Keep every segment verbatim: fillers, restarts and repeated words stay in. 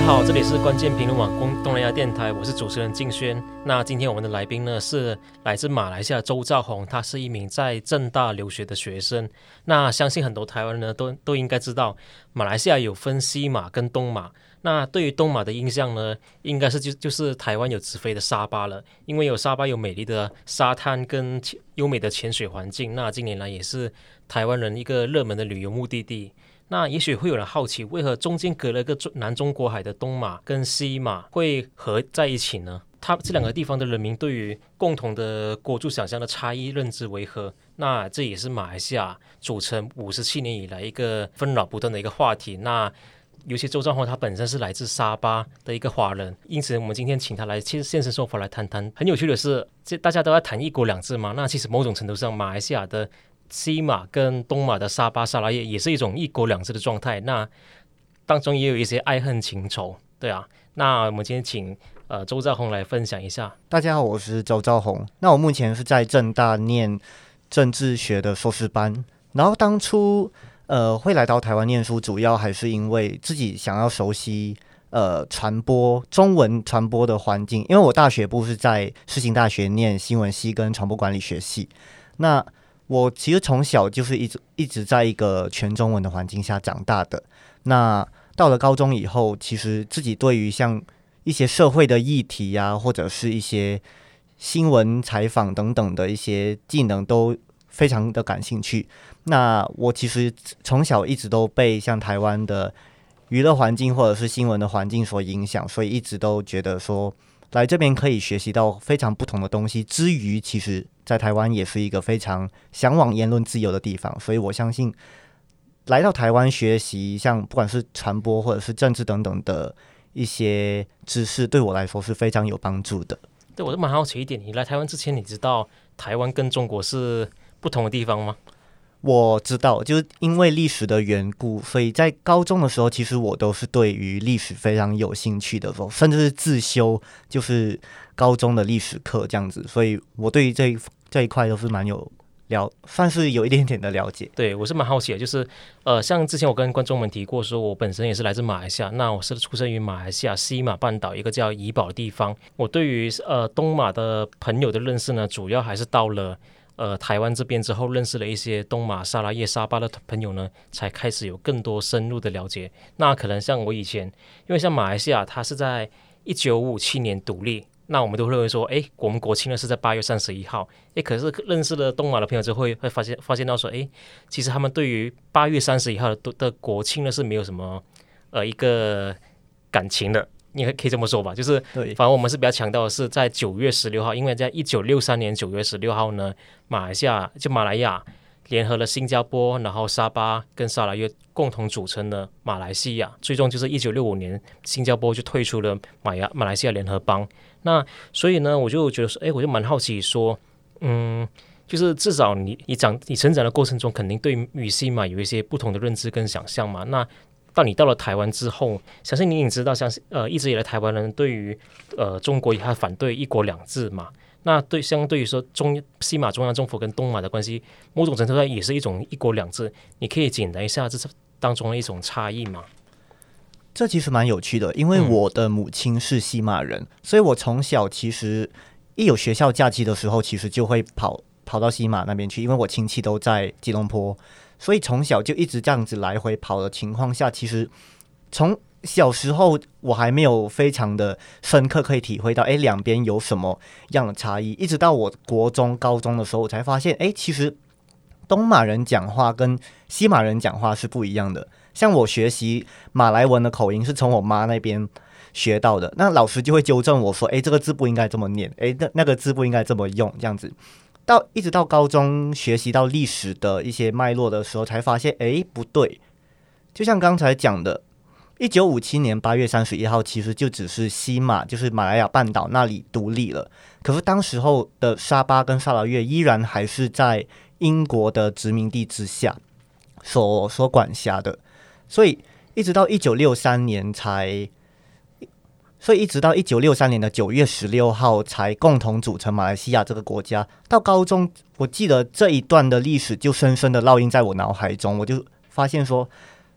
好，这里是关键评论网东南亚电台，我是主持人敬轩。那今天我们的来宾呢是来自马来西亚周兆宏，他是一名在政大留学的学生。那相信很多台湾人呢都都应该知道，马来西亚有分西马跟东马。那对于东马的印象呢，应该是就就是台湾有直飞的沙巴了，因为有沙巴有美丽的沙滩跟优美的潜水环境。那近年来也是台湾人一个热门的旅游目的地。那也许会有人好奇，为何中间隔了一个南中国海的东马跟西马会合在一起呢？它这两个地方的人民对于共同的国族想象的差异认知为何？那这也是马来西亚组成五十七年以来一个纷扰不断的一个话题。那尤其周兆宏他本身是来自沙巴的一个华人，因此我们今天请他来现身说法来谈谈。很有趣的是，大家都在谈一国两制嘛，那其实某种程度上，马来西亚的西马跟东马的沙巴沙拉越也是一种一国两制的状态，那当中也有一些爱恨情仇，对啊。那我们今天请呃周兆宏来分享一下。 大家好，我是周兆宏。那我目前是在政大念政治学的硕士班，然后当初呃会来到台湾念书，主要还是因为自己想要熟悉呃传播中文传播的环境，因为我大学部是在世新大学念新闻系跟传播管理学系，那我其实从小就是一直一直在一个全中文的环境下长大的。那到了高中以后，其实自己对于像一些社会的议题啊，或者是一些新闻采访等等的一些技能都非常的感兴趣。那我其实从小一直都被像台湾的娱乐环境或者是新闻的环境所影响，所以一直都觉得说来这边可以学习到非常不同的东西，之余其实在台湾也是一个非常向往言论自由的地方，所以我相信来到台湾学习像不管是传播或者是政治等等的一些知识，对我来说是非常有帮助的。 对，我是蛮好奇一点，你来台湾之前你知道台湾跟中国是不同的地方吗？ 我知道，就是因为历史的缘故，所以在高中的时候，其实我都是对于历史非常有兴趣的，甚至是自修就是高中的历史课这样子，所以我对于这一这一块都是蛮有了，算是有一点点的了解。 对，我是蛮好奇的，就是呃，像之前我跟观众们提过说，我本身也是来自马来西亚，那我是出生于马来西亚西马半岛一个叫怡保的地方。我对于呃东马的朋友的认识呢，主要还是到了呃，台湾这边之后认识了一些东马、沙拉越、沙巴的朋友呢，才开始有更多深入的了解。那可能像我以前，因为像马来西亚，它是在一九五七年独立，那我们都认为说，哎，我们国庆呢是在八月三十一号，哎，可是认识了东马的朋友之后会，会发现发现到说，哎，其实他们对于八月三十一号 的, 的国庆呢是没有什么呃一个感情的。你可以这么说吧，就是反正我们是比较强调的是在九月十六号，因为在一九六三年九月十六号呢，马来西亚就马来亚联合了新加坡，然后沙巴跟沙拉越共同组成了马来西亚，最终就是一九六五年新加坡就退出了马亚马来西亚联合邦。那所以呢，我就觉得说，哎，我就蛮好奇说，嗯，就是至少你你长你成长的过程中，肯定对于西马有一些不同的认知跟想象嘛。那到你到了台湾之后，相信你也知道，像呃一直以来台湾人对于呃中国还反对一国两制嘛，那对相对于说中西马中央政府跟东马的关系，某种程度上也是一种一国两制，你可以简单一下这当中的一种差异吗？ 这其实蛮有趣的，因为我的母亲是西马人，嗯、所以我从小其实一有学校假期的时候，其实就会跑跑到西马那边去，因为我亲戚都在吉隆坡。所以从小就一直这样子来回跑的情况下，其实从小时候我还没有非常的深刻可以体会到，哎，两边有什么样的差异。一直到我国中、高中的时候，我才发现，哎，其实东马人讲话跟西马人讲话是不一样的。像我学习马来文的口音是从我妈那边学到的，那老师就会纠正我说，哎，这个字不应该这么念，哎，那那个字不应该这么用，这样子。到一直到高中学习到历史的一些脉络的时候，才发现，哎，不对。就像刚才讲的，一九五七年八月三十一号，其实就只是西马，就是马来亚半岛那里独立了。可是当时候的沙巴跟沙拉越依然还是在英国的殖民地之下所所管辖的，所以一直到一九六三年才。所以一直到一九六三年的九月十六号才共同组成马来西亚这个国家。到高中，我记得这一段的历史就深深的烙印在我脑海中。我就发现说，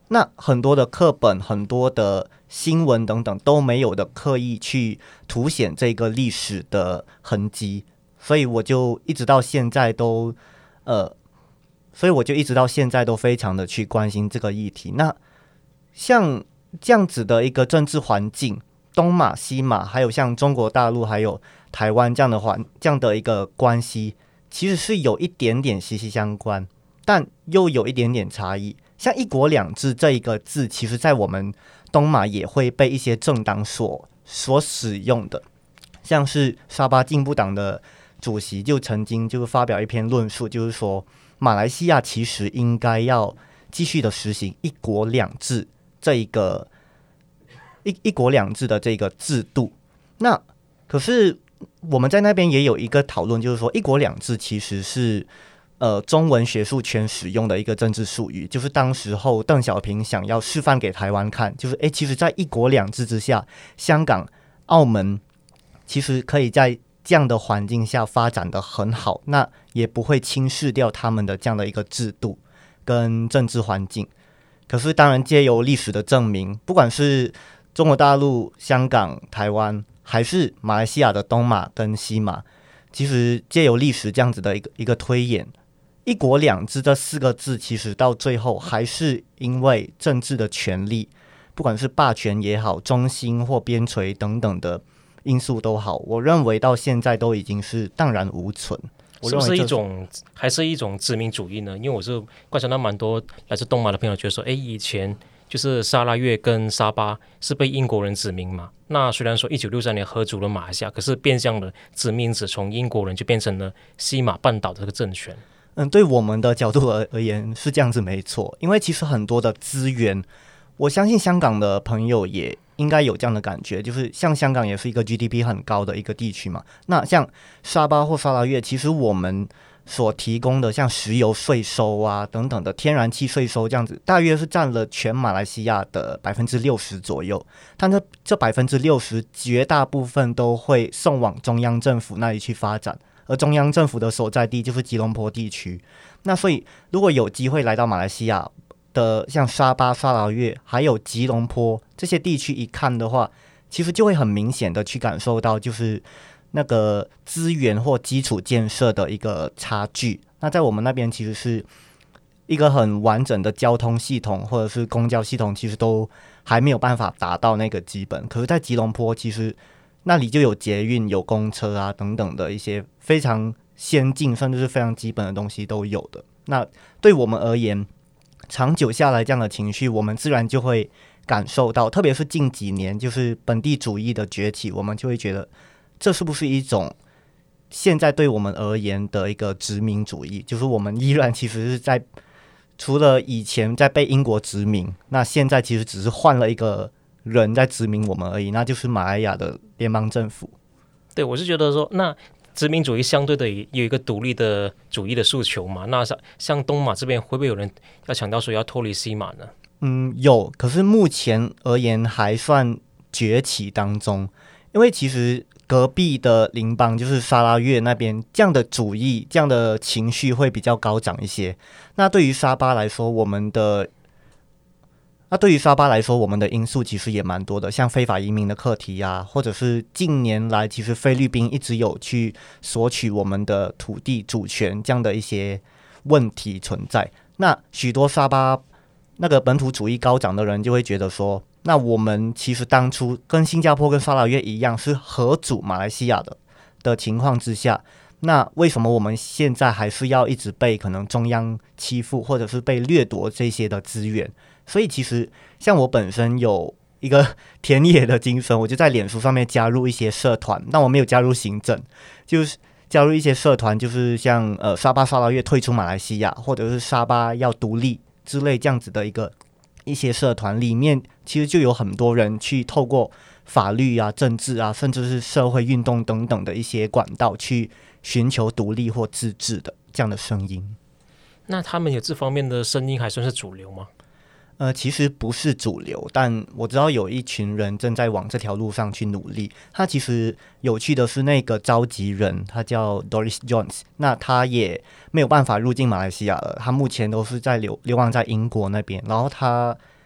那很多的课本、很多的新闻等等都没有的刻意去凸显这个历史的痕迹，所以我就一直到现在都呃，所以我就一直到现在都非常的去关心这个议题。那像这样子的一个政治环境，东马、西马，还有像中国大陆还有台湾这样的环这样的一个关系，其实是有一点点息息相关，但又有一点点差异。像一国两制这一个字，其实在我们东马也会被一些政党所所使用的，像是沙巴进步党的主席就曾经就发表一篇论述，就是说马来西亚其实应该要继续的实行一国两制这一个一一国两制的这个制度。那可是我们在那边也有一个讨论，就是说一国两制其实是呃，中文学术圈使用的一个政治术语，就是当时候邓小平想要示范给台湾看，就是诶，其实在一国两制之下，香港、澳门其实可以在这样的环境下发展得很好，那也不会轻视掉他们的这样的一个制度跟政治环境。可是当然借由历史的证明，不管是中国大陆、香港、台湾，还是马来西亚的东马跟西马，其实借由历史这样子的一个一个推演，一国两制这四个字其实到最后还是因为政治的权力，不管是霸权也好，中心或边陲等等的因素都好，我认为到现在都已经是荡然无存。 是不是一种还是一种殖民主义呢？因为我是观察到蛮多来自东马的朋友觉得说，哎，以前就是沙拉越跟沙巴是被英国人殖民嘛，那虽然说一九六三年合组了马来西亚，可是变相的殖民者从英国人就变成了西马半岛的这个政权。 嗯，对我们的角度而而言是这样子没错，因为其实很多的资源，我相信香港的朋友也应该有这样的感觉，就是像香港也是一个 G D P 很高的一个地区嘛，那像沙巴或沙拉越，其实我们所提供的像石油税收啊等等的天然气税收这样子，大约是占了全马来西亚的百分之六十左右，但这这百分之六十绝大部分都会送往中央政府那里去发展。而中央政府的所在地就是吉隆坡地区，那所以如果有机会来到马来西亚的像沙巴、沙劳越还有吉隆坡这些地区一看的话，其实就会很明显的去感受到就是那个资源或基础建设的一个差距。那在我们那边其实是一个很完整的交通系统或者是公交系统，其实都还没有办法达到那个基本，可是在吉隆坡其实那里就有捷运、有公车啊等等的一些非常先进甚至是非常基本的东西都有的。那对我们而言，长久下来这样的情绪我们自然就会感受到，特别是近几年就是本地主义的崛起，我们就会觉得这是不是一种现在对我们而言的一个殖民主义，就是我们依然其实是在除了以前在被英国殖民，那现在其实只是换了一个人在殖民我们而已，那就是马来亚的联邦政府。 对，我是觉得说，那殖民主义相对的有一个独立的主义的诉求嘛，那像东马这边会不会有人要强调说要脱离西马呢？ 嗯，有，可是目前而言还算崛起当中，因为其实隔壁的邻邦就是沙拉越那边，这样的主义、这样的情绪会比较高涨一些。那对于沙巴来说，我们的那对于沙巴来说，我们的因素其实也蛮多的，像非法移民的课题啊，或者是近年来其实菲律宾一直有去索取我们的土地主权这样的一些问题存在。那许多沙巴那个本土主义高涨的人就会觉得说，那我们其实当初跟新加坡跟沙拉越一样是合组马来西亚的的情况之下，那为什么我们现在还是要一直被可能中央欺负，或者是被掠夺这些的资源？所以其实像我本身有一个田野的精神，我就在脸书上面加入一些社团，那我没有加入行政，就是加入一些社团，就是像呃沙巴沙拉越退出马来西亚，或者是沙巴要独立之类这样子的一个一些社团里面，其实就有很多人去透过法律啊、政治啊，甚至是社会运动等等的一些管道去寻求独立或自治的这样的声音。 那他们有这方面的声音还算是主流吗？ 呃，其实不是主流，但我知道有一群人正在往这条路上去努力。他其实有趣的是，那个召集人他叫 Doris Jones， 那他也没有办法入境马来西亚了，他目前都是在流流亡在英国那边。然后他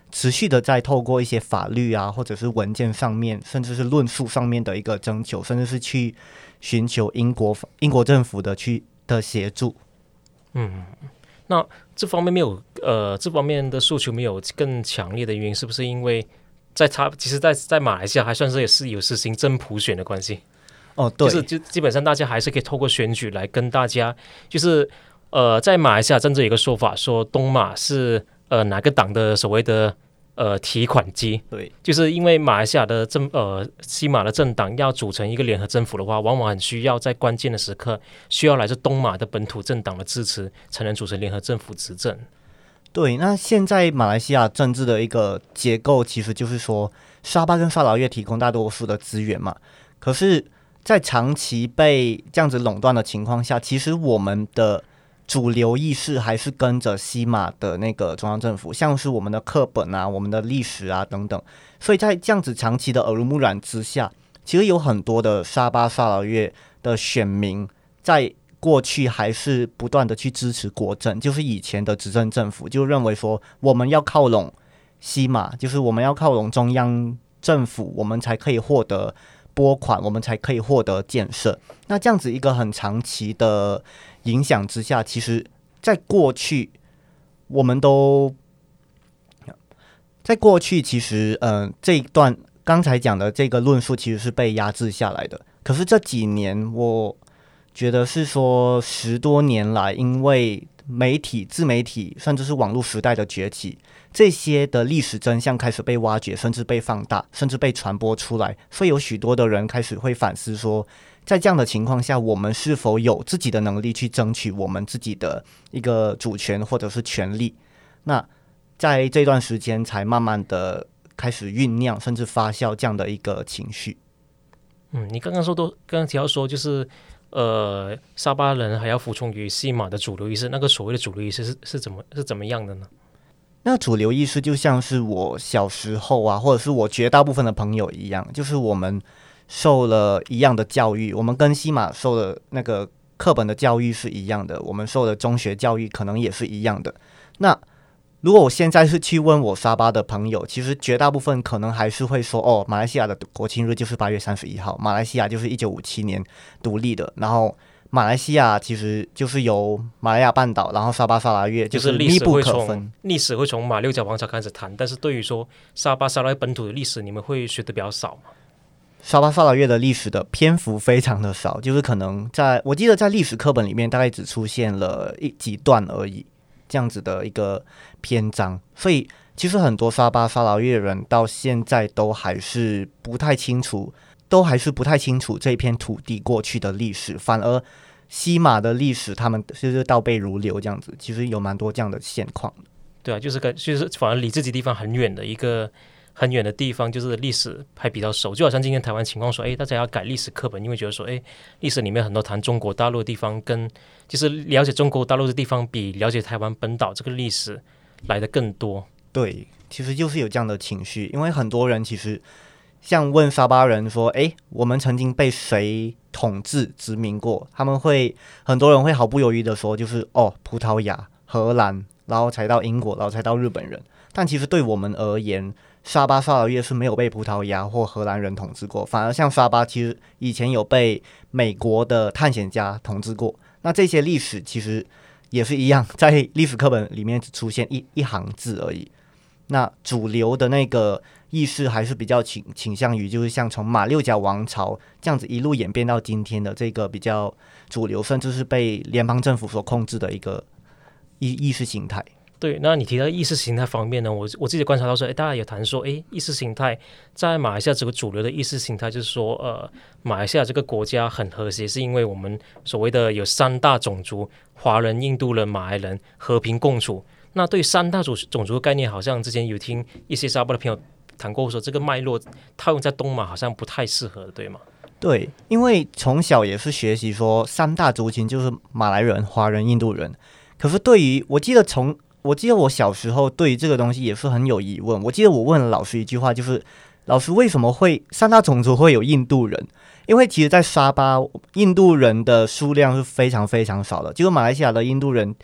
持续的在透过一些法律啊，或者是文件上面，甚至是论述上面的一个征求，甚至是去寻求英国英国政府的去的协助。 嗯，那这方面没有呃，这方面的诉求没有更强烈的原因，是不是因为在他其实在，在在马来西亚还算是也是有实行真普选的关系？ 哦，对， 就是就基本上大家还是可以透过选举来跟大家，就是呃，在马来西亚政治有一个说法，说东马是呃哪个党的所谓的呃提款机， 对， 就是因为马来西亚的政呃西马的政党要组成一个联合政府的话，往往很需要在关键的时刻需要来自东马的本土政党的支持，才能组成联合政府执政。 对，那现在马来西亚政治的一个结构，其实就是说沙巴跟沙劳越提供大多数的资源嘛，可是在长期被这样子垄断的情况下，其实我们的主流意识还是跟着西马的那个中央政府，像是我们的课本啊、我们的历史啊等等，所以在这样子长期的耳濡目染之下，其实有很多的沙巴、沙劳越的选民在过去还是不断的去支持国政，就是以前的执政政府就认为说我们要靠拢西马，就是我们要靠拢中央政府，我们才可以获得拨款，我们才可以获得建设。那这样子一个很长期的影响之下，其实在过去我们都在过去其实嗯、呃，这一段刚才讲的这个论述其实是被压制下来的。可是这几年我觉得是说十多年来，因为媒体、自媒体甚至是网络时代的崛起，这些的历史真相开始被挖掘，甚至被放大，甚至被传播出来，所以有许多的人开始会反思说，在这样的情况下，我们是否有自己的能力去争取我们自己的一个主权或者是权利？那在这段时间才慢慢的开始酝酿，甚至发酵这样的一个情绪。 嗯，你刚刚说都刚刚提到说就是呃，沙巴人还要服从于西马的主流意识，那个所谓的主流意识是是怎么是怎么样的呢？ 那主流意识就像是我小时候啊，或者是我绝大部分的朋友一样，就是我们受了一样的教育，我们跟西马受的那个课本的教育是一样的，我们受的中学教育可能也是一样的。那如果我现在是去问我沙巴的朋友，其实绝大部分可能还是会说，哦，马来西亚的国庆日就是八月三十一号，马来西亚就是一九五七年独立的，然后马来西亚其实就是由马来亚半岛，然后沙巴、沙拉越就是密不可分。 历史会从马六甲王朝开始谈，但是对于说沙巴、沙拉越本土的历史，你们会学的比较少吗？ 沙巴、沙拉越的历史的篇幅非常的少，就是可能在我记得在历史课本里面大概只出现了一几段而已。这样子的一个篇章，所以其实很多沙巴、沙劳越人到现在都还是不太清楚，都还是不太清楚这片土地过去的历史，反而西马的历史他们就是倒背如流这样子，其实有蛮多这样的现况。 对啊，就是跟就是反而离自己地方很远的一个很远的地方，就是历史还比较熟，就好像今天台湾情况说，哎，大家要改历史课本，因为觉得说，哎，历史里面很多谈中国大陆的地方，跟就是了解中国大陆的地方，比了解台湾本岛这个历史来的更多。 对，其实就是有这样的情绪，因为很多人其实像问沙巴人说，哎，我们曾经被谁统治殖民过？他们会很多人会毫不犹豫的说，就是哦，葡萄牙、荷兰，然后才到英国，然后才到日本人。但其实对我们而言，沙巴、沙劳越是没有被葡萄牙或荷兰人统治过，反而像沙巴其实以前有被美国的探险家统治过。那这些历史其实也是一样，在历史课本里面只出现一一行字而已。那主流的那个意识还是比较倾倾向于，就是像从马六甲王朝这样子一路演变到今天的这个比较主流，甚至是被联邦政府所控制的一个意意识形态。 对，那你提到意识形态方面呢，我我自己观察到说，哎，大家有谈说，哎，意识形态在马来西亚这个主流的意识形态，就是说，呃，马来西亚这个国家很和谐，是因为我们所谓的有三大种族，华人、印度人、马来人和平共处。那对三大种种族的概念，好像之前有听一些沙巴的朋友谈过说，这个脉络套用在东马好像不太适合，对吗？ 对，因为从小也是学习说三大族群就是马来人、华人、印度人，可是对于我记得从我记得我小时候对于这个东西也是很有疑问。我记得我问了老师一句话，就是老师为什么会三大种族会有印度人？因为其实在沙巴印度人的数量是非常非常少的，就是马来西亚的印度人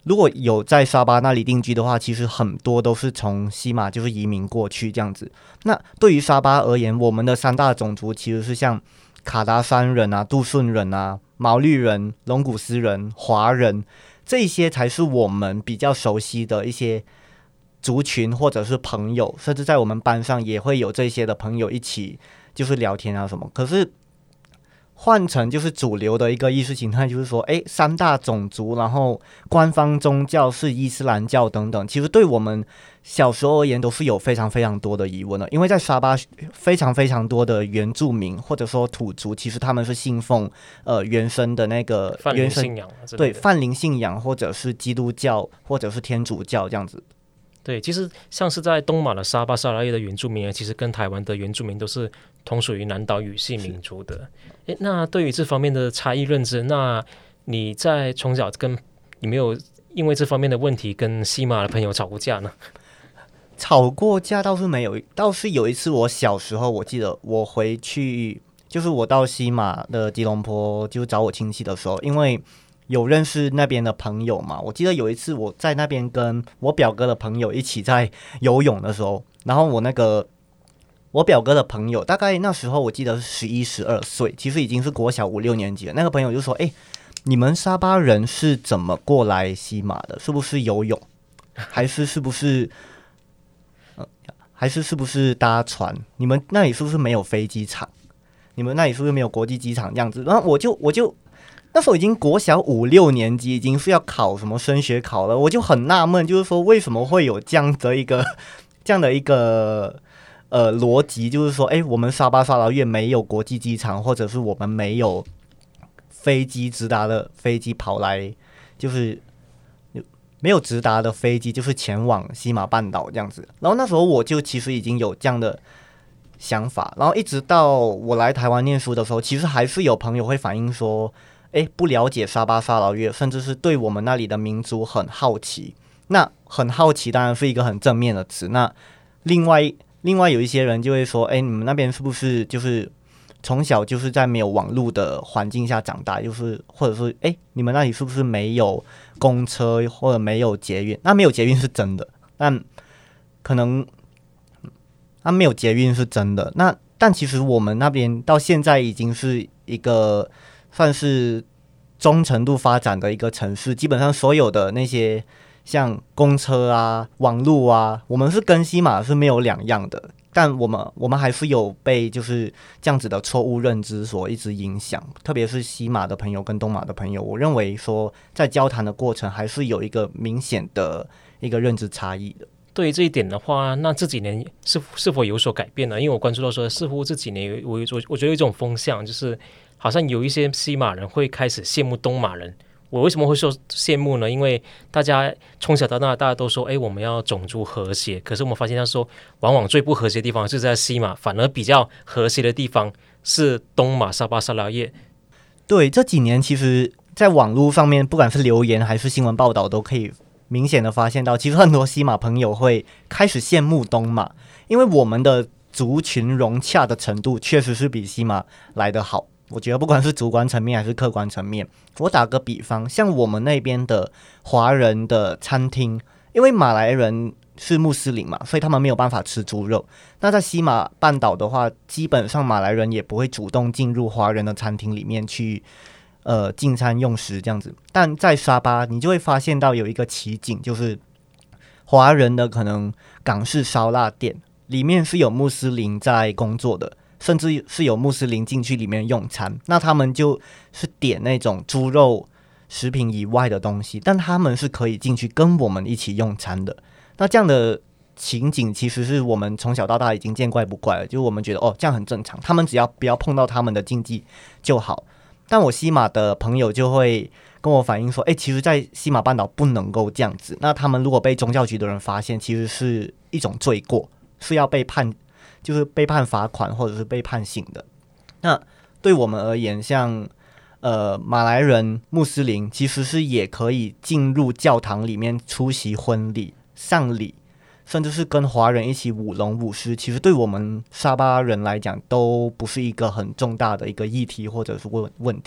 如果有在沙巴那里定居的话，其实很多都是从西马就是移民过去这样子。那对于沙巴而言，我们的三大种族其实是像卡达山人啊、杜顺人啊、毛利人、龙古斯人、华人，这些才是我们比较熟悉的一些族群或者是朋友，甚至在我们班上也会有这些的朋友一起就是聊天啊什么。可是换成就是主流的一个意识形态，就是说，哎，三大种族，然后官方宗教是伊斯兰教等等，其实对我们小时候而言都是有非常非常多的疑问的。因为在沙巴非常非常多的原住民或者说土族，其实他们是信奉呃原生的那个泛灵信仰、啊、 对泛灵信仰，或者是基督教或者是天主教这样子。 对，其实像是在东马的沙巴沙拉越的原住民，其实跟台湾的原住民都是同属于南岛语系民族的。诶，那对于这方面的差异认知，那你在从小跟你没有因为这方面的问题跟西马的朋友吵过架呢？ 吵过架倒是没有，倒是有一次我小时候，我记得我回去，就是我到西马的吉隆坡就找我亲戚的时候，因为有认识那边的朋友嘛，我记得有一次我在那边跟我表哥的朋友一起在游泳的时候，然后我那个我表哥的朋友大概那时候我记得是十一十二岁，其实已经是国小五六年级了。那个朋友就说：“哎，你们沙巴人是怎么过来西马的？是不是游泳，还是是不是？”呃、还是是不是搭船？你们那里是不是没有飞机场？你们那里是不是没有国际机场这样子？然后我就我就那时候已经国小五六年级，已经是要考什么升学考了，我就很纳闷，就是说为什么会有这样的一个这样的一个呃逻辑，就是说，哎，我们沙巴沙劳越没有国际机场，或者是我们没有飞机直达的飞机跑来，就是没有直达的飞机，就是前往西马半岛这样子。然后那时候我就其实已经有这样的想法，然后一直到我来台湾念书的时候，其实还是有朋友会反映说，哎，不了解沙巴沙劳越，甚至是对我们那里的民族很好奇。那很好奇当然是一个很正面的词。那另外另外有一些人就会说，哎，你们那边是不是就是从小就是在没有网络的环境下长大，就是或者说，哎，你们那里是不是没有公车或者没有捷运？那没有捷运是真的，但可能那没有捷运是真的。那但其实我们那边到现在已经是一个算是中程度发展的一个城市，基本上所有的那些像公车啊、网路啊，我们是跟西马是没有两样的。但我们我们还是有被就是这样子的错误认知所一直影响，特别是西马的朋友跟东马的朋友，我认为说在交谈的过程还是有一个明显的一个认知差异的。 对于这一点的话，那这几年是是否有所改变呢？因为我关注到说，似乎这几年我我我觉得有一种风向，就是好像有一些西马人会开始羡慕东马人。我为什么会说羡慕呢？因为大家从小到大，大家都说，哎，我们要种族和谐。可是我们发现，他说，往往最不和谐的地方是在西马，反而比较和谐的地方是东马沙巴沙劳越。 对，这几年其实，在网络上面，不管是留言还是新闻报道，都可以明显的发现到，其实很多西马朋友会开始羡慕东马，因为我们的族群融洽的程度确实是比西马来得好。我觉得不管是主观层面还是客观层面，我打个比方，像我们那边的华人的餐厅，因为马来人是穆斯林嘛，所以他们没有办法吃猪肉。那在西马半岛的话，基本上马来人也不会主动进入华人的餐厅里面去呃进餐用食这样子。但在沙巴，你就会发现到有一个奇景，就是华人的可能港式烧腊店里面是有穆斯林在工作的，甚至是有穆斯林进去里面用餐，那他们就是点那种猪肉食品以外的东西，但他们是可以进去跟我们一起用餐的。那这样的情景其实是我们从小到大已经见怪不怪了，就是我们觉得哦这样很正常，他们只要不要碰到他们的禁忌就好。但我西马的朋友就会跟我反映说，哎，其实在西马半岛不能够这样子，那他们如果被宗教局的人发现，其实是一种罪过，是要被判就是被判罚款或者是被判刑的。那对我们而言，像呃马来人、穆斯林其实是也可以进入教堂里面出席婚礼、丧礼，甚至是跟华人一起舞龙舞狮。其实对我们沙巴人来讲，都不是一个很重大的一个议题或者是问问题。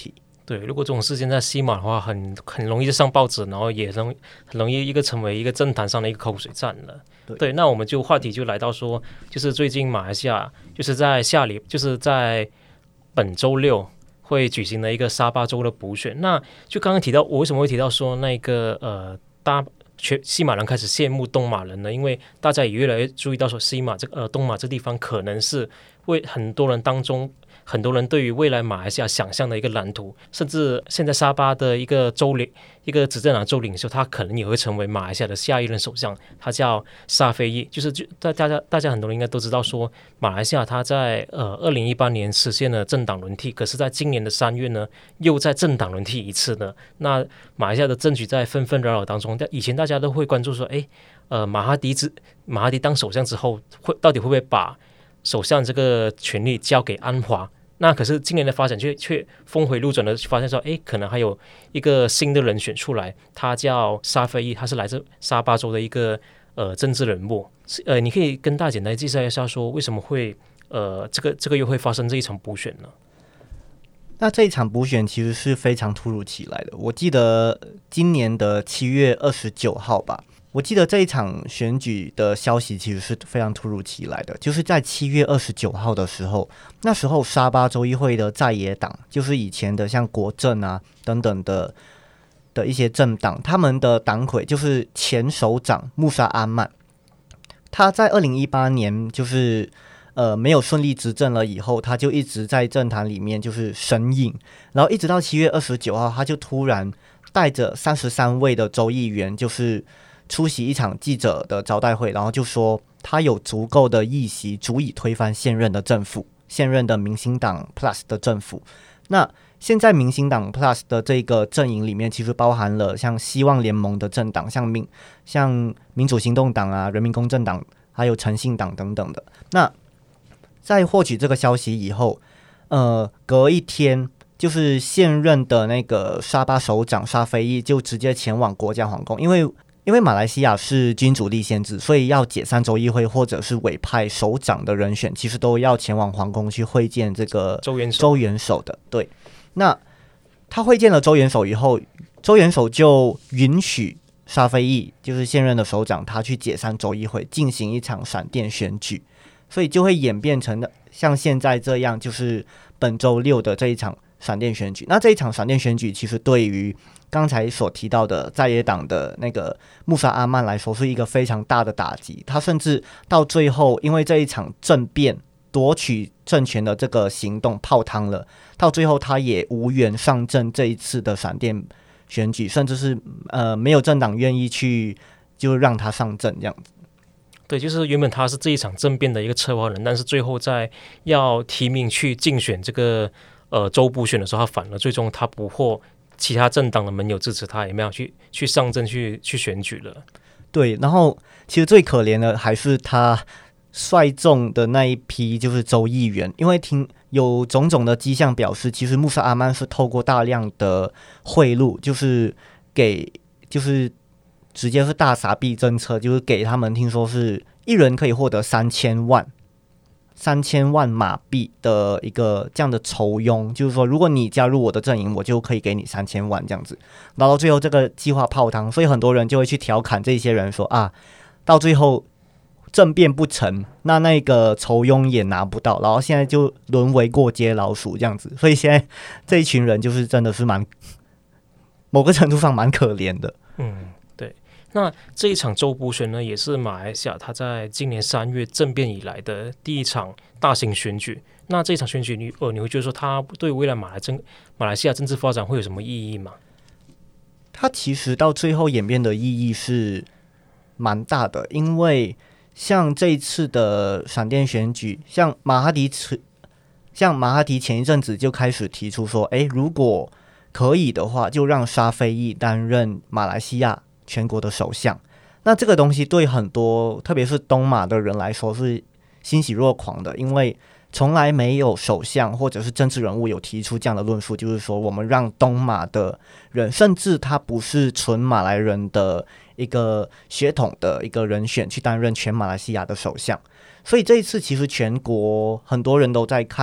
对，如果这种事件在西马的话，很很容易就上报纸，然后也容很容易一个成为一个政坛上的一个口水战了。 对， 对，那我们就话题就来到说，就是最近马来西亚就是在下礼，就是在本周六会举行的一个沙巴州的补选。那就刚刚提到，我为什么会提到说那个呃，大全西马人开始羡慕东马人呢？因为大家也越来越注意到说，西马这个呃东马这地方可能是为很多人当中。很多人对于未来马来西亚想象的一个蓝图，甚至现在沙巴的一个州领一个执政党州领袖，他可能也会成为马来西亚的下一任首相，他叫沙菲益。就是大家大家很多人应该都知道说，马来西亚他在呃二零一八年实现了政党轮替，可是在今年的三月呢，又在政党轮替一次呢。那马来西亚的政局在纷纷扰扰当中，以前大家都会关注说，哎，呃，马哈迪之马哈迪当首相之后，会到底会不会把首相这个权力交给安华？那可是今年的发展却却峰回路转的发现说，哎，可能还有一个新的人选出来，他叫沙菲益，他是来自沙巴州的一个呃政治人物。呃，你可以跟大家简单介绍一下，说为什么会呃这个这个月会发生这一场补选呢？ 那这一场补选其实是非常突如其来的。我记得今年的七月二十九号吧。我记得这一场选举的消息其实是非常突如其来的，就是在七月二十九号的时候，那时候沙巴州议会的在野党，就是以前的像国政啊等等的的一些政党，他们的党魁就是前首长穆沙阿曼，他在二零一八年就是呃没有顺利执政了以后，他就一直在政坛里面就是神隐，然后一直到七月二十九号，他就突然带着三十三位的州议员，就是出席一场记者的招待会，然后就说他有足够的议席足以推翻现任的政府，现任的民兴党 Plus 的政府。那现在民兴党 Plus 的这个阵营里面，其实包含了像希望联盟的政党，像民像民主行动党啊、人民公正党，还有诚信党等等的。那在获取这个消息以后，呃，隔一天，就是现任的那个沙巴首长沙菲益就直接前往国家皇宫，因为因为马来西亚是君主立宪制，所以要解散州议会或者是委派首长的人选，其实都要前往皇宫去会见这个州元首。 州元首的。对，那他会见了州元首以后，州元首就允许沙菲益，就是现任的首长，他去解散州议会，进行一场闪电选举，所以就会演变成像现在这样，就是本周六的这一场闪电选举。那这一场闪电选举，其实对于刚才所提到的在野党的那个穆沙阿曼来说，是一个非常大的打击。他甚至到最后，因为这一场政变夺取政权的这个行动泡汤了，到最后他也无缘上阵这一次的闪电选举，甚至是呃没有政党愿意去就让他上阵这样子。 对，就是原本他是这一场政变的一个策划人，但是最后在要提名去竞选这个呃州补选的时候，他反而最终他不获其他政党的盟友支持，他也没有去去上阵去去选举了。 对，然后其实最可怜的还是他率众的那一批就是州议员，因为听有种种的迹象表示，其实穆沙阿曼是透过大量的贿赂，就是给就是直接是大撒币政策，就是给他们听说是一人可以获得三千万。三千万马币的一个这样的酬庸，就是说，如果你加入我的阵营，我就可以给你三千万这样子。然后最后这个计划泡汤，所以很多人就会去调侃这些人说啊，到最后政变不成，那那个酬庸也拿不到，然后现在就沦为过街老鼠这样子。所以现在这一群人就是真的是蛮某个程度上蛮可怜的。 嗯。那这一场州补选呢，也是马来西亚它在今年三月政变以来的第一场大型选举。那这一场选举你，呃，你会觉得说它对未来马来政马来西亚政治发展会有什么意义吗？ 它其实到最后演变的意义是蛮大的，因为像这一次的闪电选举，像马哈迪，像马哈迪前一阵子就开始提出说，哎，如果可以的话，就让沙菲益担任马来西亚全国的首相。那这个东西对很多特别是东马的人来说是欣喜若狂的，因为从来没有首相或者是政治人物有提出这样的论述，就是说我们让东马的人，甚至他不是纯马来人的一个血统的一个人选去担任全马来西亚的首相。所以这一次其实全国很多人都在看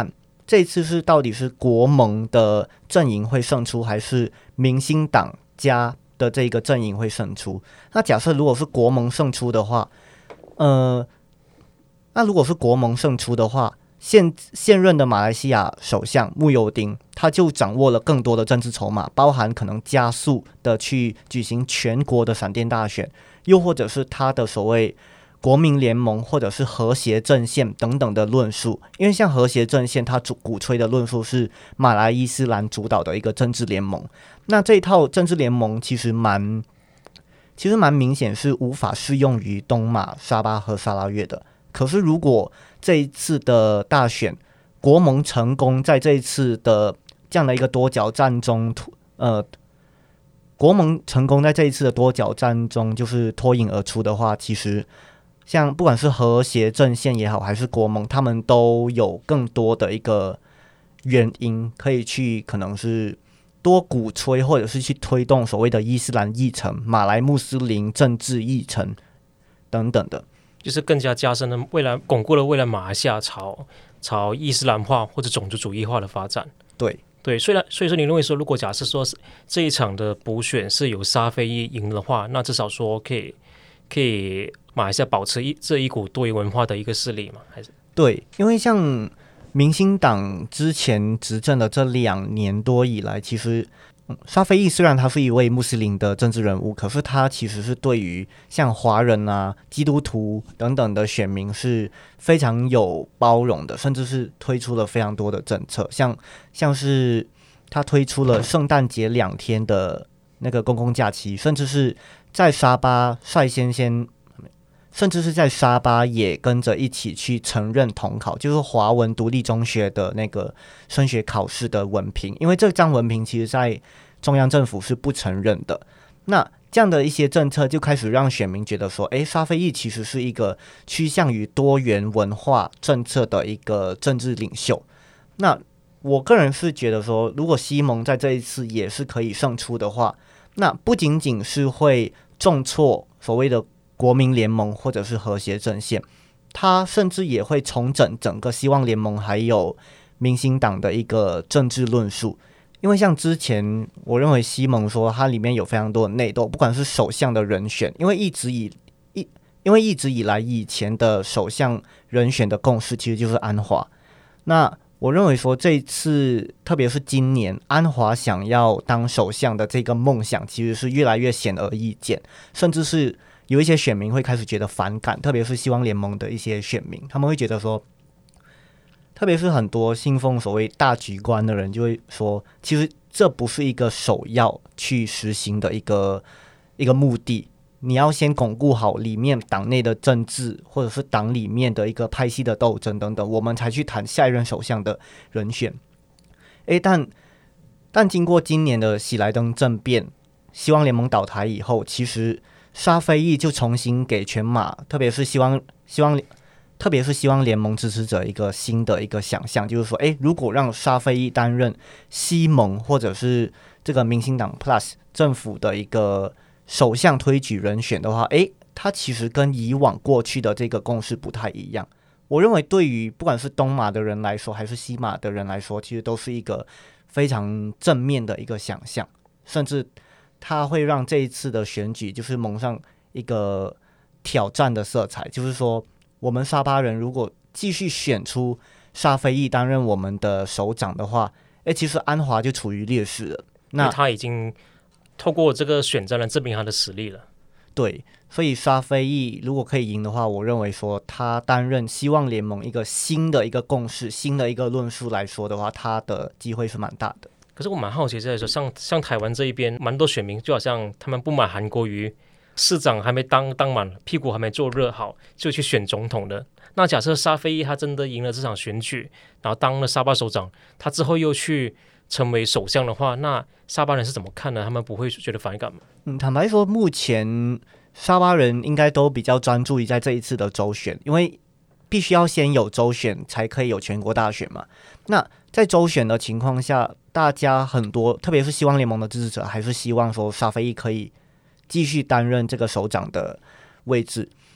这一次是到底是国盟的阵营会胜出，还是民兴党加的这个阵营会胜出？那假设如果是国盟胜出的话，呃，那如果是国盟胜出的话，现现任的马来西亚首相慕尤丁，他就掌握了更多的政治筹码，包含可能加速的去举行全国的闪电大选，又或者是他的所谓国民联盟或者是和谐阵线等等的论述。因为像和谐阵线，他鼓吹的论述是马来伊斯兰主导的一个政治联盟，那这一套政治联盟其实蛮其实蛮明显是无法适用于东马、沙巴和沙拉越的。可是如果这一次的大选国盟成功在这一次的这样的一个多角战中呃，国盟成功在这一次的多角战中就是脱颖而出的话，其实像不管是和谐阵线也好，还是国盟，他们都有更多的一个原因可以去可能是多鼓吹或者是去推动所谓的伊斯兰议程、马来穆斯林政治议程等等的， 就是更加加深了未来，巩固了未来马来西亚朝朝伊斯兰化或者种族主义化的发展。 对对，虽然所以说你认为说，如果假设说这一场的补选是由沙菲伊赢的话，那至少说可以可以马来西亚保持一这一股多元文化的一个势力吗？还是对，因为像民兴党之前执政的这两年多以来，其实沙菲伊虽然他是一位穆斯林的政治人物，可是他其实是对于像华人啊、基督徒等等的选民是非常有包容的，甚至是推出了非常多的政策，像像是他推出了圣诞节两天的那个公共假期，甚至是在沙巴率先先。甚至是在沙巴也跟着一起去承认统考，就是华文独立中学的那个升学考试的文凭，因为这张文凭其实在中央政府是不承认的。那这样的一些政策就开始让选民觉得说，诶，沙菲伊其实是一个趋向于多元文化政策的一个政治领袖。那我个人是觉得说，如果西蒙在这一次也是可以胜出的话，那不仅仅是会重挫所谓的国民联盟或者是和谐阵线，他甚至也会重整整个希望联盟还有民兴党的一个政治论述。因为像之前我认为西蒙说它里面有非常多的内斗，不管是首相的人选，因为一直以一因为一直以来以前的首相人选的共识其实就是安华。那我认为说这一次特别是今年安华想要当首相的这个梦想其实是越来越显而易见，甚至是有一些选民会开始觉得反感，特别是希望联盟的一些选民，他们会觉得说，特别是很多信奉所谓大局观的人就会说，其实这不是一个首要去实行的一个一个目的，你要先巩固好里面党内的政治，或者是党里面的一个派系的斗争等等，我们才去谈下一任首相的人选。诶，但但经过今年的喜来登政变，希望联盟倒台以后，其实沙菲伊就重新给全马，特别是希望希望特别是希望联盟支持者一个新的一个想象，就是说，诶，如果让沙菲伊担任西盟或者是这个民兴党 Plus 政府的一个首相推举人选的话，诶，他其实跟以往过去的这个共识不太一样。我认为对于不管是东马的人来说，还是西马的人来说，其实都是一个非常正面的一个想象，甚至它会让这一次的选举就是蒙上一个挑战的色彩，就是说我们沙巴人如果继续选出沙菲伊担任我们的首长的话，诶，其实安华就处于劣势了。那他已经透过这个选战来证明他的实力了。 对，所以沙菲伊如果可以赢的话，我认为说他担任希望联盟一个新的一个共识、新的一个论述来说的话，他的机会是蛮大的。 可是我蛮好奇在说，像像台湾这一边，蛮多选民就好像他们不满韩国瑜市长还没当当满，屁股还没坐热好，就去选总统的。那假设沙菲伊他真的赢了这场选举，然后当了沙巴首长，他之后又去成为首相的话，那沙巴人是怎么看呢？他们不会觉得反感吗？ 嗯，坦白说，目前沙巴人应该都比较专注于在这一次的州选，因为必须要先有州选才可以有全国大选嘛。那在州选的情况下，大家很多特别是希望联盟的支持者还是希望说沙菲伊可以继续担任这个首长的位置。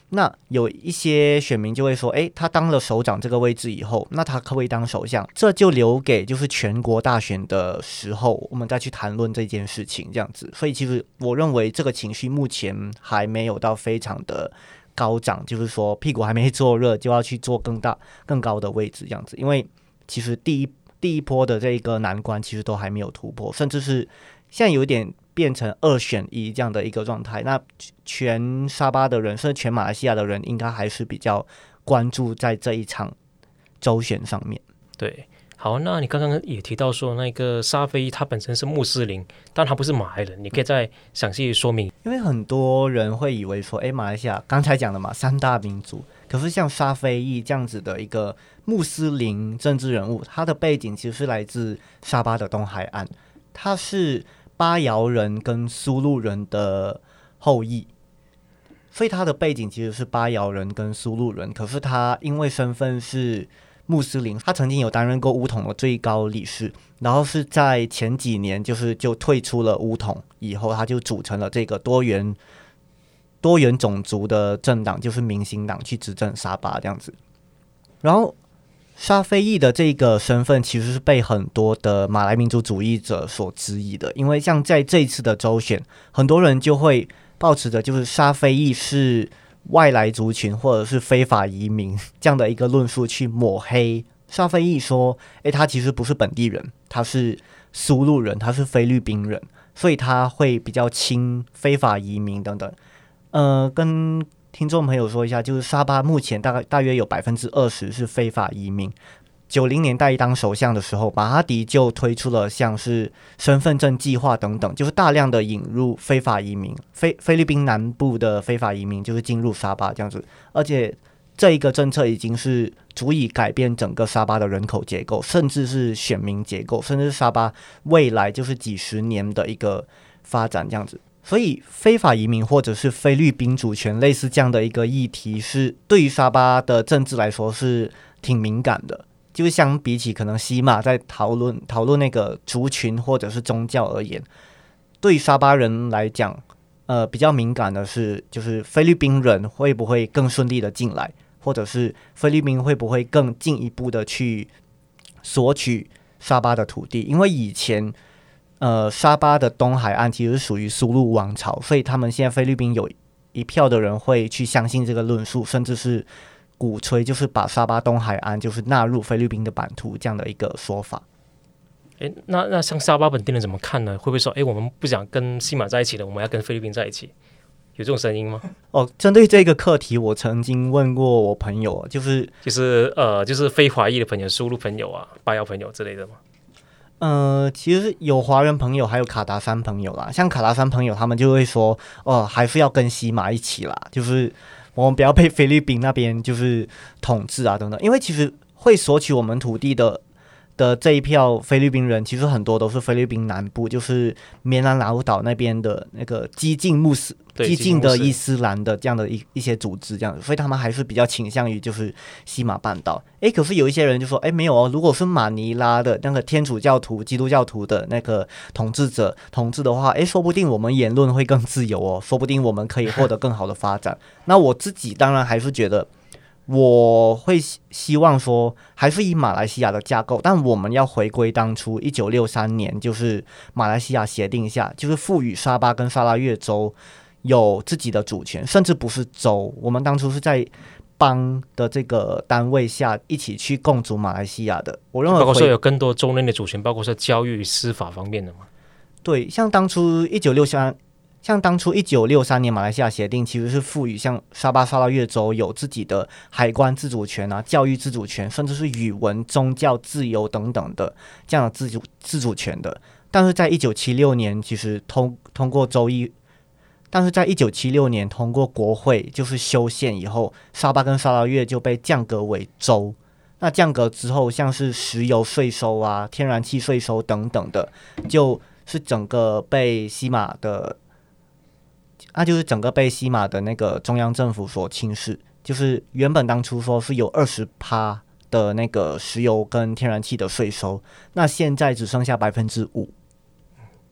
那有一些选民就会说，诶，他当了首长这个位置以后，那他可不可以当首相？这就留给就是全国大选的时候，我们再去谈论这件事情，这样子。所以其实我认为这个情绪目前还没有到非常的高涨，就是说屁股还没坐热就要去做更大更高的位置这样子。因为其实第一第一波的这个难关其实都还没有突破，甚至是现在有一点变成二选一这样的一个状态。那全沙巴的人甚至全马来西亚的人应该还是比较关注在这一场州选上面。 对，好，那你刚刚也提到说那个沙菲他本身是穆斯林，但他不是马来人，你可以再详细说明。 因为很多人会以为说，哎，马来西亚刚才讲的嘛，三大民族，可是像沙菲裔这样子的一个穆斯林政治人物，他的背景其实是来自沙巴的东海岸，他是巴瑶人跟苏禄人的后裔，所以他的背景其实是巴瑶人跟苏禄人。可是他因为身份是穆斯林，他曾经有担任过巫统的最高理事，然后是在前几年就是就退出了巫统以后，他就组成了这个多元多元种族的政党，就是民兴党去执政沙巴这样子。然后沙菲裔的这个身份其实是被很多的马来民族主义者所质疑的，因为像在这一次的州选，很多人就会抱持着就是沙菲裔是外来族群或者是非法移民这样的一个论述去抹黑沙菲裔，说诶他其实不是本地人，他是苏禄人，他是菲律宾人，所以他会比较亲非法移民等等。呃，跟听众朋友说一下，就是沙巴目前大概大约有百分之二十是非法移民。九零年代当首相的时候，马哈迪就推出了像是身份证计划等等，就是大量的引入非法移民，菲菲律宾南部的非法移民就是进入沙巴这样子，而且这一个政策已经是足以改变整个沙巴的人口结构，甚至是选民结构，甚至是沙巴未来就是几十年的一个发展这样子。所以非法移民或者是菲律宾主权类似这样的一个议题，是对于沙巴的政治来说是挺敏感的。就是相比起可能西马在讨论讨论那个族群或者是宗教而言，对于沙巴人来讲，呃，比较敏感的是，就是菲律宾人会不会更顺利的进来，或者是菲律宾会不会更进一步的去索取沙巴的土地？因为以前，呃，沙巴的东海岸其实是属于苏禄王朝，所以他们现在菲律宾有一票的人会去相信这个论述，甚至是鼓吹就是把沙巴东海岸就是纳入菲律宾的版图这样的一个说法。 诶，那那像沙巴本地人怎么看呢？会不会说，诶，我们不想跟西马在一起了，我们要跟菲律宾在一起？有这种声音吗？ 哦，针对这个课题，我曾经问过我朋友，就是就是呃，就是非华裔的朋友、输入朋友啊、巴瑶朋友之类的吗？ 呃，其实有华人朋友，还有卡达山朋友啦。像卡达山朋友，他们就会说，哦、呃，还是要跟西马一起啦，就是我们不要被菲律宾那边就是统治啊等等。因为其实会索取我们土地的的这一票菲律宾人，其实很多都是菲律宾南部，就是棉兰老岛那边的那个激进穆斯、激进的伊斯兰的这样的一一些组织，这样子，所以他们还是比较倾向于就是西马半岛。诶，可是有一些人就说，诶，没有哦，如果是马尼拉的那个天主教徒、基督教徒的那个统治者统治的话，诶，说不定我们言论会更自由哦，说不定我们可以获得更好的发展。那我自己当然还是觉得，我会希望说，还是以马来西亚的架构，但我们要回归当初一九六三年，就是马来西亚协定下，就是赋予沙巴跟沙拉越州有自己的主权，甚至不是州，我们当初是在邦的这个单位下一起去共筑马来西亚的。我认为包括说有更多州内的主权，包括说教育、司法方面的嘛。 对，像当初一九六三。像当初一九六三年马来西亚协定其实是赋予像沙巴沙拉越州有自己的海关自主权啊、教育自主权，甚至是语文、宗教自由等等的这样的自主自主权的。但是在一九七六年，其实通通过州议，但是在一九七六年通过国会就是修宪以后，沙巴跟沙拉越就被降格为州。那降格之后，像是石油税收啊、天然气税收等等的，就是整个被西马的。那、啊、就是整个被西马的那个中央政府所轻视，就是原本当初说是有 百分之二十 的那个石油跟天然气的税收，那现在只剩下 百分之五。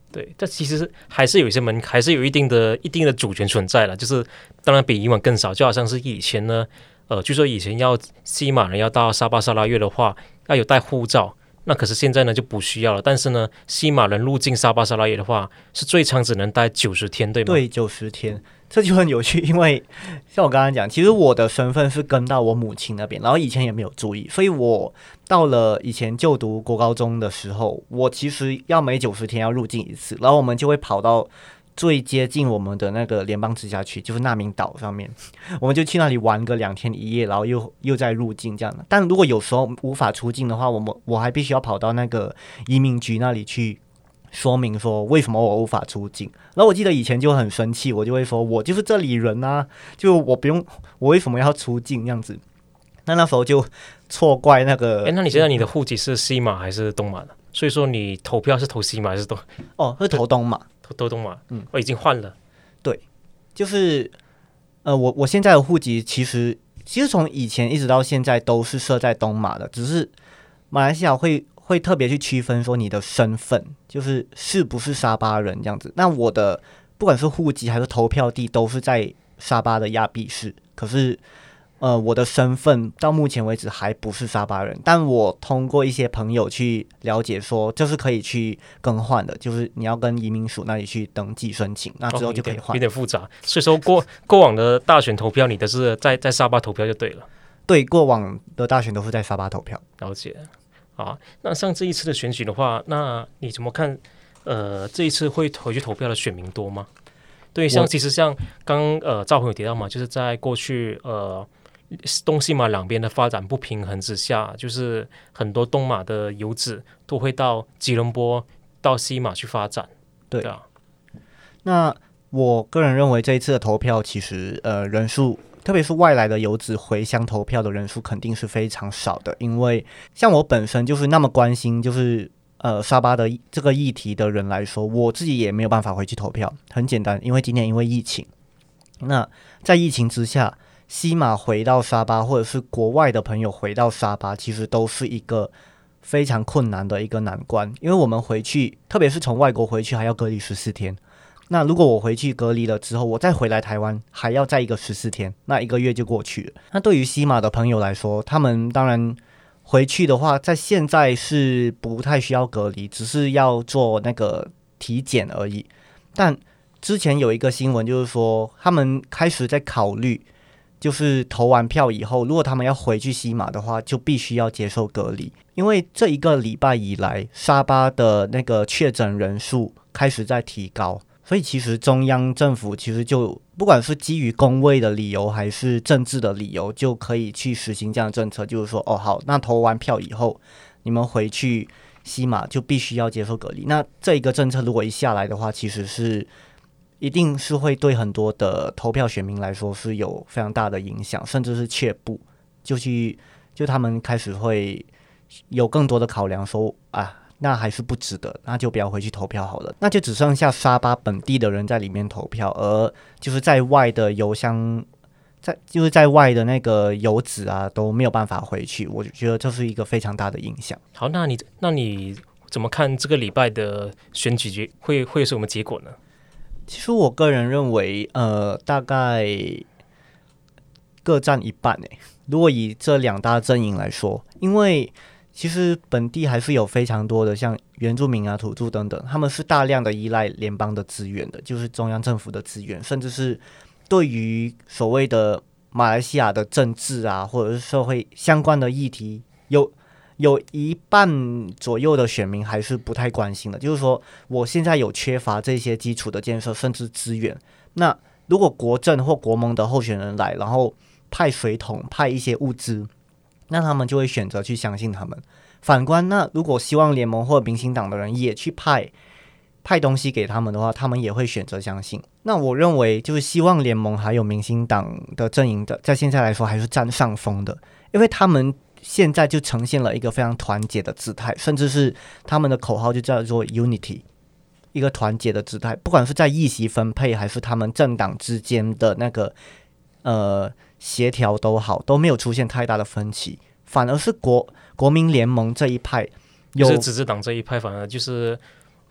对，但其实还是有一些门，还是有一定的一定的主权存在了，就是当然比以往更少，就好像是以前呢，呃，据说以前要西马人要到沙巴沙拉越的话，要有带护照。那可是现在呢就不需要了，但是呢，西马人入境沙巴沙拉越的话，是最长只能待九十天，对吗？ 对，九十天，这就很有趣，因为像我刚刚讲，其实我的身份是跟到我母亲那边，然后以前也没有注意，所以我到了以前就读国高中的时候，我其实要每九十天要入境一次，然后我们就会跑到最接近我们的那个联邦直辖区，就是纳明岛上面，我们就去那里玩个两天一夜，然后又又再入境这样的。但如果有时候无法出境的话，我们我还必须要跑到那个移民局那里去说明说为什么我无法出境。然后我记得以前就很生气，我就会说我就是这里人啊，就我不用，我为什么要出境这样子？那那时候就错怪那个。 哎，那你现在你的户籍是西马还是东马的？所以说你投票是投西马还是东？ 哦，是投东马。 投东马，嗯，我已经换了。 对，就是呃，我我现在的户籍其实其实从以前一直到现在都是设在东马的，只是马来西亚会会特别去区分说你的身份，就是是不是沙巴人这样子。那我的不管是户籍还是投票地都是在沙巴的亚庇市，可是呃，我的身份到目前为止还不是沙巴人，但我通过一些朋友去了解说，这是可以去更换的，就是你要跟移民署那里去登记申请，那之后就可以换。 哦、有, 有点复杂，所以说过过往的大选投票，你的是在在沙巴投票就对了。 对，过往的大选都是在沙巴投票。 了解。好，那像这一次的选举的话，那你怎么看？呃，这一次会回去投票的选民多吗？对，像其实像刚呃赵鹏有提到嘛，就是在过去呃。东西马两边的发展不平衡之下，就是很多东马的游子都会到吉隆坡、到西马去发展。 对， 对啊。 那我个人认为这一次的投票，其实呃人数，特别是外来的游子回乡投票的人数，肯定是非常少的。因为像我本身就是那么关心，就是呃沙巴的这个议题的人来说，我自己也没有办法回去投票。很简单，因为今年因为疫情，那在疫情之下。西马回到沙巴，或者是国外的朋友回到沙巴，其实都是一个非常困难的一个难关，因为我们回去，特别是从外国回去，还要隔离十四天。那如果我回去隔离了之后，我再回来台湾，还要再一个十四天，那一个月就过去了。那对于西马的朋友来说，他们当然回去的话，在现在是不太需要隔离，只是要做那个体检而已。但之前有一个新闻，就是说他们开始在考虑。就是投完票以后，如果他们要回去西马的话，就必须要接受隔离，因为这一个礼拜以来，沙巴的那个确诊人数开始在提高，所以其实中央政府其实就不管是基于公卫的理由还是政治的理由，就可以去实行这样的政策，就是说，哦好，那投完票以后，你们回去西马就必须要接受隔离。那这一个政策如果一下来的话，其实是。一定是会对很多的投票选民来说是有非常大的影响，甚至是却步，就去就他们开始会有更多的考量说，说啊，那还是不值得，那就不要回去投票好了，那就只剩下沙巴本地的人在里面投票，而就是在外的邮箱，在就是在外的那个游子啊都没有办法回去，我觉得这是一个非常大的影响。 好，那你那你怎么看这个礼拜的选举会会有什么结果呢？ 其实我个人认为，呃，大概各占一半诶。如果以这两大阵营来说，因为其实本地还是有非常多的像原住民啊、土著等等，他们是大量的依赖联邦的资源的，就是中央政府的资源，甚至是对于所谓的马来西亚的政治啊，或者是社会相关的议题，有。有一半左右的选民还是不太关心的，就是说我现在有缺乏这些基础的建设甚至资源，那如果国政或国盟的候选人来，然后派水桶派一些物资，那他们就会选择去相信他们。反观那如果希望联盟或者民进党的人也去派派东西给他们的话，他们也会选择相信。那我认为就是希望联盟还有民进党的阵营的在现在来说还是占上风的，因为他们现在就呈现了一个非常团结的姿态，甚至是他们的口号就叫做 Unity， 一个团结的姿态。不管是在议席分配还是他们政党之间的那个呃协调都好，都没有出现太大的分歧，反而是国国民联盟这一派有， 就是执政党这一派反而就是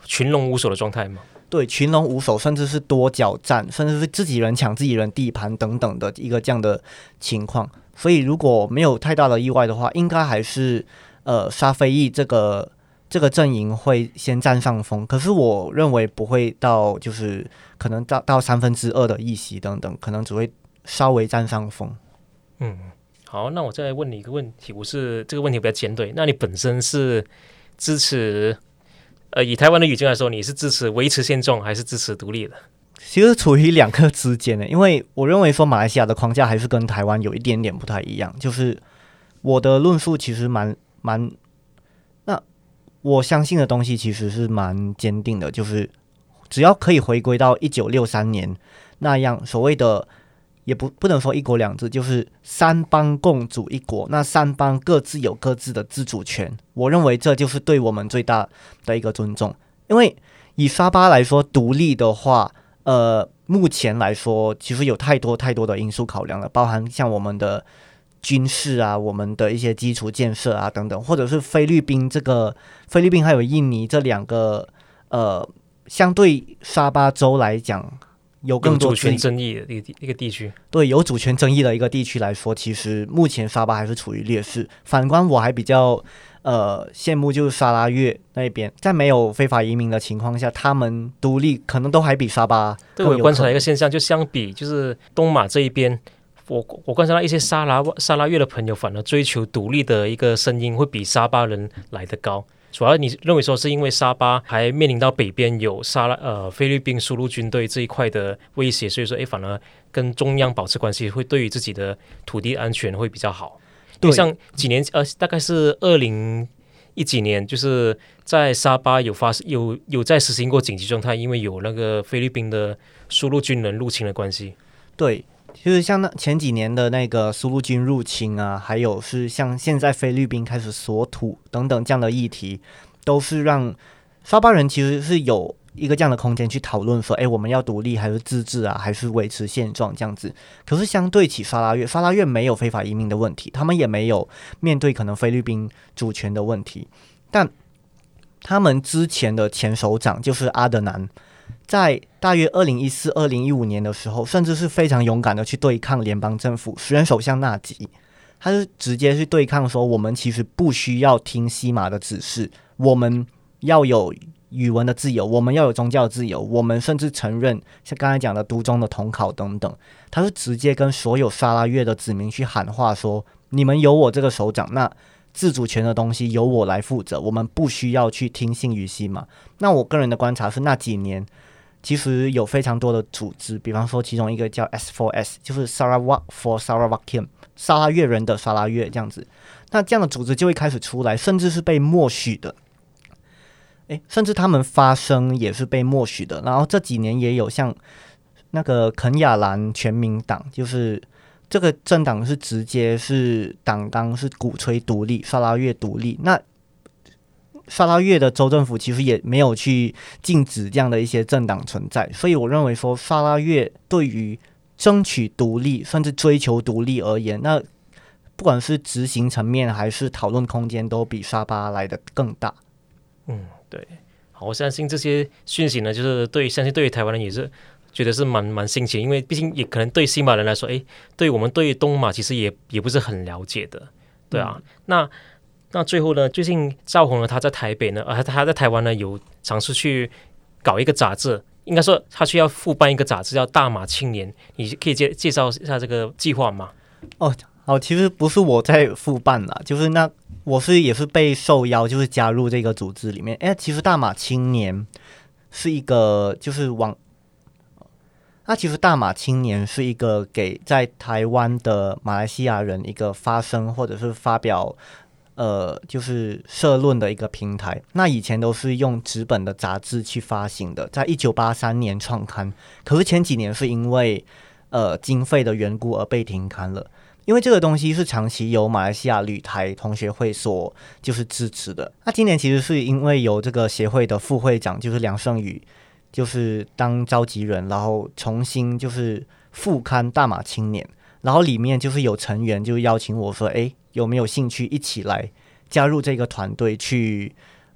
群龙无首的状态吗？ 对，群龙无首，甚至是多角战，甚至是自己人抢自己人地盘等等的一个这样的情况。所以如果没有太大的意外的话，应该还是呃沙菲翼这个这个阵营会先占上风。可是我认为不会到就是可能到到三分之二的议席等等，可能只会稍微占上风。 嗯，好，那我再问你一个问题，我是这个问题比较尖锐，那你本身是支持？呃，以台湾的语境来说，你是支持维持现状还是支持独立的？ 其实处于两个之间的，因为我认为说马来西亚的框架还是跟台湾有一点点不太一样。就是我的论述其实蛮蛮，那我相信的东西其实是蛮坚定的，就是只要可以回归到一九六三年那样所谓的。也不不能说一国两制，就是三邦共主一国，那三邦各自有各自的自主权。我认为这就是对我们最大的一个尊重。因为以沙巴来说，独立的话，呃，目前来说其实有太多太多的因素考量了，包含像我们的军事啊，我们的一些基础建设啊等等，或者是菲律宾这个菲律宾还有印尼这两个呃，相对沙巴州来讲。有更多有主权争议的一个一个地区， 对，有主权争议的一个地区来说，其实目前沙巴还是处于劣势。反观我还比较呃羡慕就是沙拉越那边，在没有非法移民的情况下，他们独立可能都还比沙巴更有可能。 对，我观察到一个现象，就相比就是东马这一边，我我观察到一些沙拉沙拉越的朋友，反而追求独立的一个声音会比沙巴人来得高。主要你认为说是因为沙巴还面临到北边有沙拉呃菲律宾输入军队这一块的威胁，所以说诶反而跟中央保持关系会对于自己的土地安全会比较好。对，像几年呃大概是二零一几年，就是在沙巴有发有有在实行过紧急状态，因为有那个菲律宾的输入军人入侵的关系。 对。就是像那前几年的那个苏陆军入侵啊，还有是像现在菲律宾开始锁土等等这样的议题，都是让沙巴人其实是有一个这样的空间去讨论说，哎，我们要独立还是自治啊，还是维持现状这样子。可是相对起沙拉越，沙拉越没有非法移民的问题，他们也没有面对可能菲律宾主权的问题，但他们之前的前首长就是阿德南。在大约二零一四、二零一五年的时候，甚至是非常勇敢的去对抗联邦政府，时任首相纳吉，他是直接去对抗说，我们其实不需要听西马的指示，我们要有语文的自由，我们要有宗教的自由，我们甚至承认像刚才讲的独中的统考等等。他是直接跟所有沙拉越的子民去喊话说，你们有我这个首长，那自主权的东西由我来负责，我们不需要去听信于西马。那我个人的观察是，那几年其实有非常多的组织，比方说其中一个叫 S 四 S， 就是 Sarawak for Sarawakian， 沙拉越人的沙拉越这样子。那这样的组织就会开始出来，甚至是被默许的。诶，甚至他们发声也是被默许的。然后这几年也有像那个肯亚兰全民党，就是这个政党是直接是党纲是鼓吹独立，沙拉越独立。那沙拉越的州政府其实也没有去禁止这样的一些政党存在，所以我认为说沙拉越对于争取独立甚至追求独立而言，那不管是执行层面还是讨论空间都比沙巴来的更大。 嗯，对，好，我相信这些讯息呢，就是对相信对于台湾人也是觉得是蛮蛮新奇，因为毕竟也可能对西马人来说，诶，对我们对东马其实也也不是很了解的，对啊，嗯、那。那最后呢，最近赵宏呢，他在台北呢，呃，他在台湾呢有尝试去搞一个杂志，应该说他需要复办一个杂志叫《大马青年》，你可以介介绍一下这个计划吗？ 哦，好，其实不是我在复办啦，就是那我是也是被受邀，就是加入这个组织里面。哎，其实大马青年是一个就是网，那其实大马青年是一个给在台湾的马来西亚人一个发声或者是发表。呃，就是社论的一个平台。那以前都是用纸本的杂志去发行的，在一九八三年创刊，可是前几年是因为呃经费的缘故而被停刊了。因为这个东西是长期由马来西亚旅台同学会所就是支持的。那今年其实是因为有这个协会的副会长就是梁胜宇，就是当召集人，然后重新就是复刊大马青年，然后里面就是有成员就邀请我说，哎。有没有兴趣一起来加入这个团队去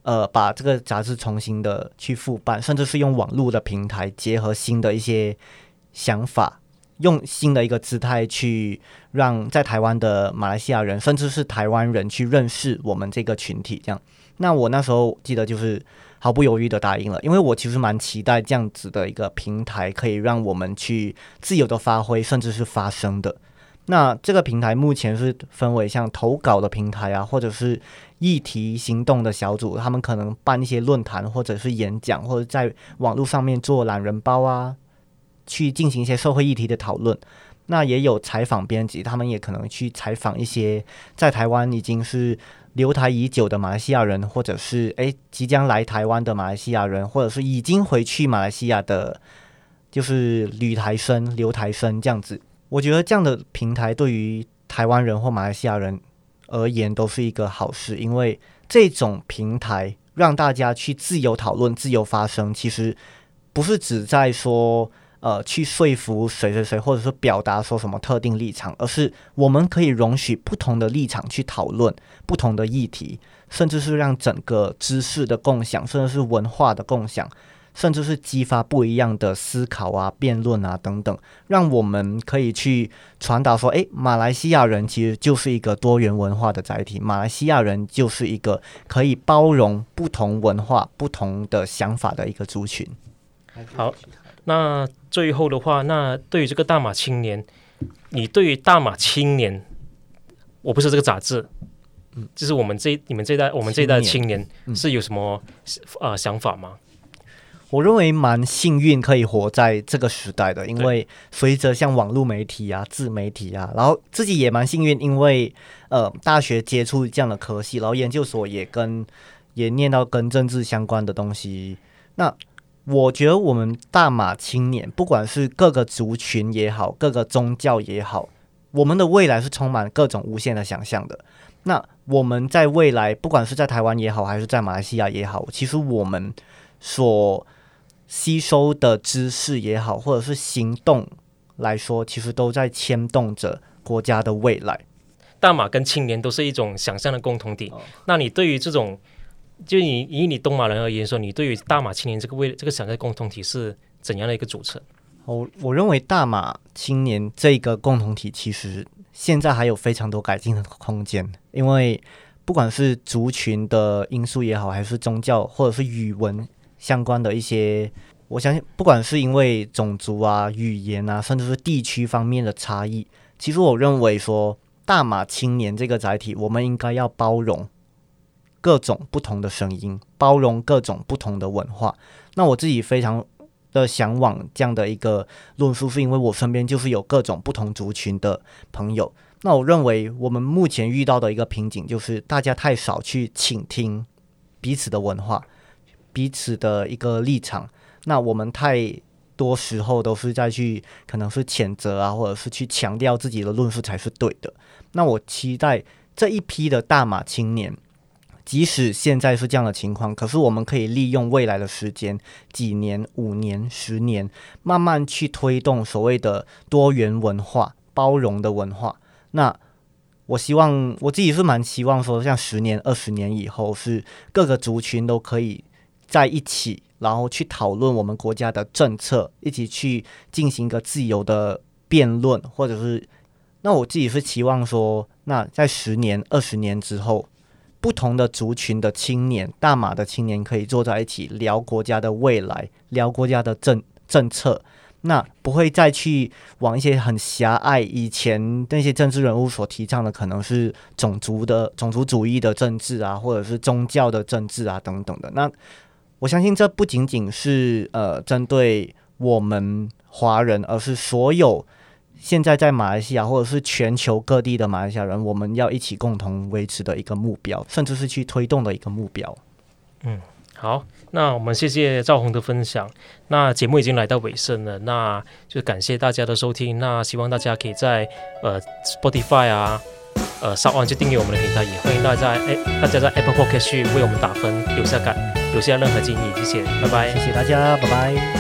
呃把这个杂志重新的去复办，甚至是用网络的平台结合新的一些想法，用新的一个姿态去让在台湾的马来西亚人甚至是台湾人去认识我们这个群体这样。那我那时候记得就是毫不犹豫的答应了，因为我其实蛮期待这样子的一个平台可以让我们去自由的发挥甚至是发声的。那这个平台目前是分为像投稿的平台啊，或者是议题行动的小组，他们可能办一些论坛或者是演讲，或者在网络上面做懒人包啊，去进行一些社会议题的讨论。那也有采访编辑，他们也可能去采访一些在台湾已经是留台已久的马来西亚人，或者是诶即将来台湾的马来西亚人，或者是已经回去马来西亚的就是旅台生留台生这样子。我觉得这样的平台对于台湾人或马来西亚人而言都是一个好事，因为这种平台让大家去自由讨论自由发声，其实不是只在说呃，去说服谁谁谁，或者是表达说什么特定立场，而是我们可以容许不同的立场去讨论不同的议题，甚至是让整个知识的共享，甚至是文化的共享，甚至是激发不一样的思考啊、辩论啊等等，让我们可以去传达说，诶，马来西亚人其实就是一个多元文化的载体，马来西亚人就是一个可以包容不同文化、不同的想法的一个族群。 好，那最后的话，那对于这个大马青年，你对于大马青年，我不是这个杂志，嗯，就是我们这你们这一代，我们这一代的青年是有什么、嗯、呃想法吗？ 我认为蛮幸运可以活在这个时代的，因为随着像网络媒体啊、自媒体啊，然后自己也蛮幸运，因为呃大学接触这样的科系，然后研究所也跟也念到跟政治相关的东西。那我觉得我们大马青年，不管是各个族群也好，各个宗教也好，我们的未来是充满各种无限的想象的。那我们在未来，不管是在台湾也好，还是在马来西亚也好，其实我们所吸收的知识也好，或者是行动来说，其实都在牵动着国家的未来。 大马跟青年都是一种想象的共同体。哦、那你对于这种，就你以你东马人而言说，你对于大马青年这个未这个想象共同体是怎样的一个组成？ 我我认为大马青年这个共同体其实现在还有非常多改进的空间，因为不管是族群的因素也好，还是宗教或者是语文相关的一些，我相信不管是因为种族啊、语言啊，甚至是地区方面的差异，其实我认为说大马青年这个载体，我们应该要包容各种不同的声音，包容各种不同的文化。那我自己非常的向往这样的一个论述，是因为我身边就是有各种不同族群的朋友。那我认为我们目前遇到的一个瓶颈，就是大家太少去倾听彼此的文化、彼此的一个立场。那我们太多时候都是在去可能是谴责啊，或者是去强调自己的论述才是对的。那我期待这一批的大马青年，即使现在是这样的情况，可是我们可以利用未来的时间，几年、五年、十年，慢慢去推动所谓的多元文化、包容的文化。那我希望我自己是蛮希望说，像十年、二十年以后，是各个族群都可以在一起，然后去讨论我们国家的政策，一起去进行一个自由的辩论，或者是，那我自己是期望说，那在十年、二十年之后，不同的族群的青年，大马的青年可以坐在一起聊国家的未来，聊国家的政政策，那不会再去往一些很狭隘，以前那些政治人物所提倡的，可能是种族的种族主义的政治啊，或者是宗教的政治啊等等的。那我相信这不仅仅是呃针对我们华人，而是所有现在在马来西亚或者是全球各地的马来西亚人，我们要一起共同维持的一个目标，甚至是去推动的一个目标。 嗯，好，那我们谢谢兆宏的分享。那节目已经来到尾声了，那就感谢大家的收听。那希望大家可以在呃 Spotify 啊、呃 SoundOn 就订阅我们的平台，也欢迎大家在大家在 Apple Podcast 去为我们打分、留下感、留下任何建议，谢谢，拜拜， 谢谢大家，拜拜。